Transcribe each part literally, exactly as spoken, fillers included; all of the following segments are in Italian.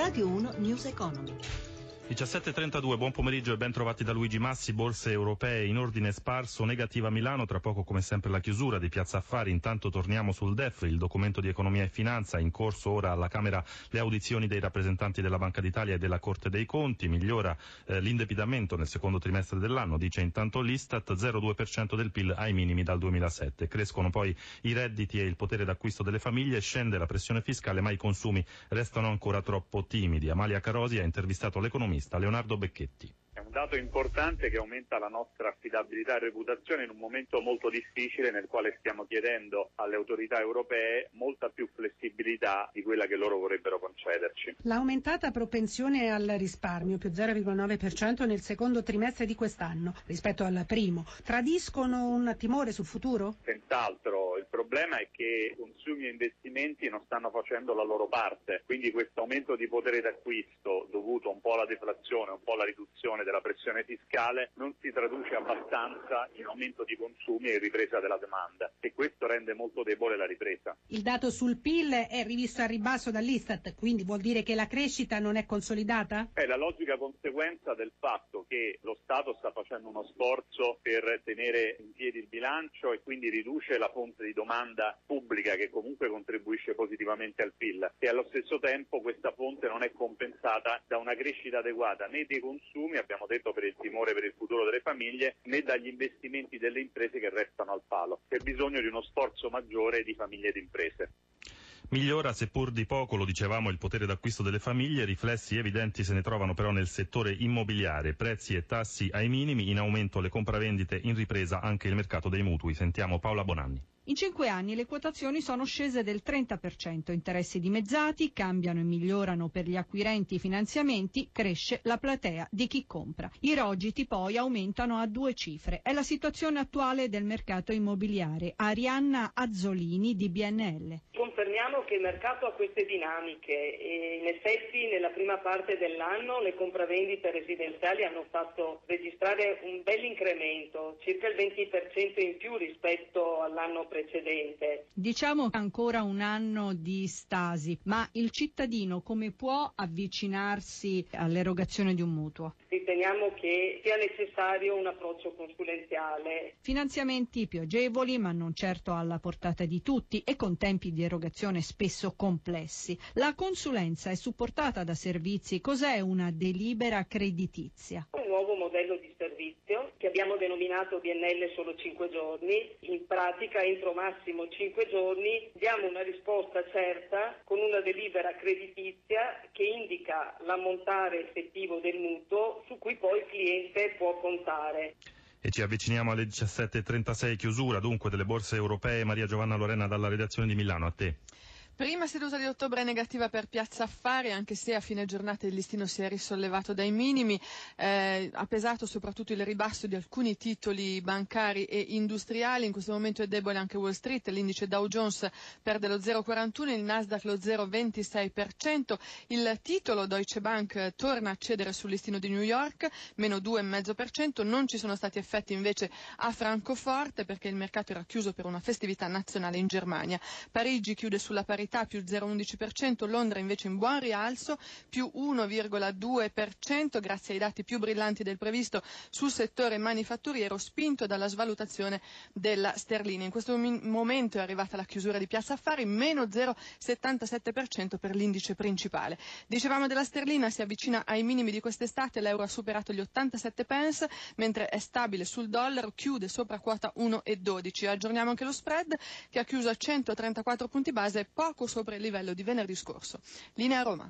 Radio uno News Economy. diciassette e trentadue, buon pomeriggio e ben trovati da Luigi Massi. Borse europee in ordine sparso, negativa a Milano, tra poco come sempre la chiusura di Piazza Affari. Intanto torniamo sul D E F, il documento di economia e finanza. In corso ora alla Camera le audizioni dei rappresentanti della Banca d'Italia e della Corte dei Conti. Migliora eh, l'indebitamento nel secondo trimestre dell'anno, dice intanto l'Istat, zero virgola due per cento del P I L ai minimi dal duemilasette. Crescono poi i redditi e il potere d'acquisto delle famiglie, scende la pressione fiscale ma i consumi restano ancora troppo timidi. Amalia Carosi ha intervistato l'economista Leonardo Becchetti. È un dato importante che aumenta la nostra affidabilità e reputazione in un momento molto difficile nel quale stiamo chiedendo alle autorità europee molta più flessibilità di quella che loro vorrebbero concederci. L'aumentata propensione al risparmio, più zero virgola nove per cento nel secondo trimestre di quest'anno rispetto al primo, tradiscono un timore sul futuro? Senz'altro, il problema è che consumi e investimenti non stanno facendo la loro parte, quindi questo aumento di potere d'acquisto dovuto un po' alla deflazione, un po' alla riduzione della pressione fiscale non si traduce abbastanza in aumento di consumi e ripresa della domanda, e questo rende molto debole la ripresa. Il dato sul P I L è rivisto a ribasso dall'Istat, quindi vuol dire che la crescita non è consolidata? È la logica conseguenza del fatto che lo Stato sta facendo uno sforzo per tenere in piedi il bilancio e quindi riduce la fonte di domanda pubblica che comunque contribuisce positivamente al P I L, e allo stesso tempo questa fonte non è compensata da una crescita adeguata né dei consumi, abbiamo detto per il timore per il futuro delle famiglie, né dagli investimenti delle imprese che restano al palo. C'è bisogno di uno sforzo maggiore di famiglie ed imprese. Migliora, seppur di poco, lo dicevamo, il potere d'acquisto delle famiglie. Riflessi evidenti se ne trovano però nel settore immobiliare. Prezzi e tassi ai minimi, in aumento le compravendite, in ripresa anche il mercato dei mutui. Sentiamo Paola Bonanni. In cinque anni le quotazioni sono scese del trenta per cento, interessi dimezzati, cambiano e migliorano per gli acquirenti i finanziamenti, cresce la platea di chi compra. I rogiti poi aumentano a due cifre. È la situazione attuale del mercato immobiliare. Arianna Azzolini di B N L. Confermiamo che il mercato ha queste dinamiche e in effetti nella prima parte dell'anno le compravendite residenziali hanno fatto registrare un bel incremento, circa il venti per cento in più rispetto all'anno precedente. Diciamo ancora un anno di stasi, ma il cittadino come può avvicinarsi all'erogazione di un mutuo? Riteniamo che sia necessario un approccio consulenziale. Finanziamenti più agevoli, ma non certo alla portata di tutti e con tempi di erogazione spesso complessi. La consulenza è supportata da servizi. Cos'è una delibera creditizia? Un nuovo modello di servizio che abbiamo denominato B N L solo cinque giorni. In pratica entro massimo cinque giorni diamo una risposta certa con una delibera creditizia che indica l'ammontare effettivo del mutuo su cui poi il cliente può contare. E ci avviciniamo alle diciassette e trentasei, chiusura dunque delle borse europee. Maria Giovanna Lorena dalla redazione di Milano, a te. Prima seduta di ottobre negativa per Piazza Affari, anche se a fine giornata il listino si è risollevato dai minimi. Eh, ha pesato soprattutto il ribasso di alcuni titoli bancari e industriali. In questo momento è debole anche Wall Street, l'indice Dow Jones perde lo zero virgola quarantuno, il Nasdaq lo zero virgola ventisei per cento. Il titolo Deutsche Bank torna a cedere sul listino di New York, meno due virgola cinque per cento. Non ci sono stati effetti invece a Francoforte perché il mercato era chiuso per una festività nazionale in Germania. Parigi chiude sulla parità, più zero virgola undici per cento, Londra invece in buon rialzo, più uno virgola due per cento, grazie ai dati più brillanti del previsto sul settore manifatturiero, spinto dalla svalutazione della sterlina. In questo momento è arrivata la chiusura di Piazza Affari, meno zero virgola settantasette per cento per l'indice principale. Dicevamo della sterlina, si avvicina ai minimi di quest'estate, l'euro ha superato gli ottantasette pence, mentre è stabile sul dollaro, chiude sopra quota uno virgola dodici. Aggiorniamo anche lo spread, che ha chiuso a centotrentaquattro punti base, poco sopra il livello di venerdì scorso. Linea Roma.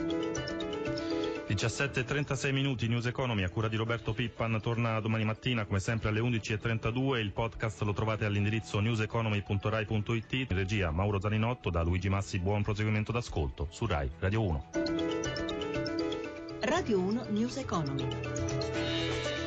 diciassette e trentasei minuti, News Economy a cura di Roberto Pippan torna domani mattina come sempre alle undici e trentadue. Il podcast lo trovate all'indirizzo newseconomy punto rai punto it. In regia Mauro Zaninotto, da Luigi Massi buon proseguimento d'ascolto su Rai Radio uno. Radio uno News Economy.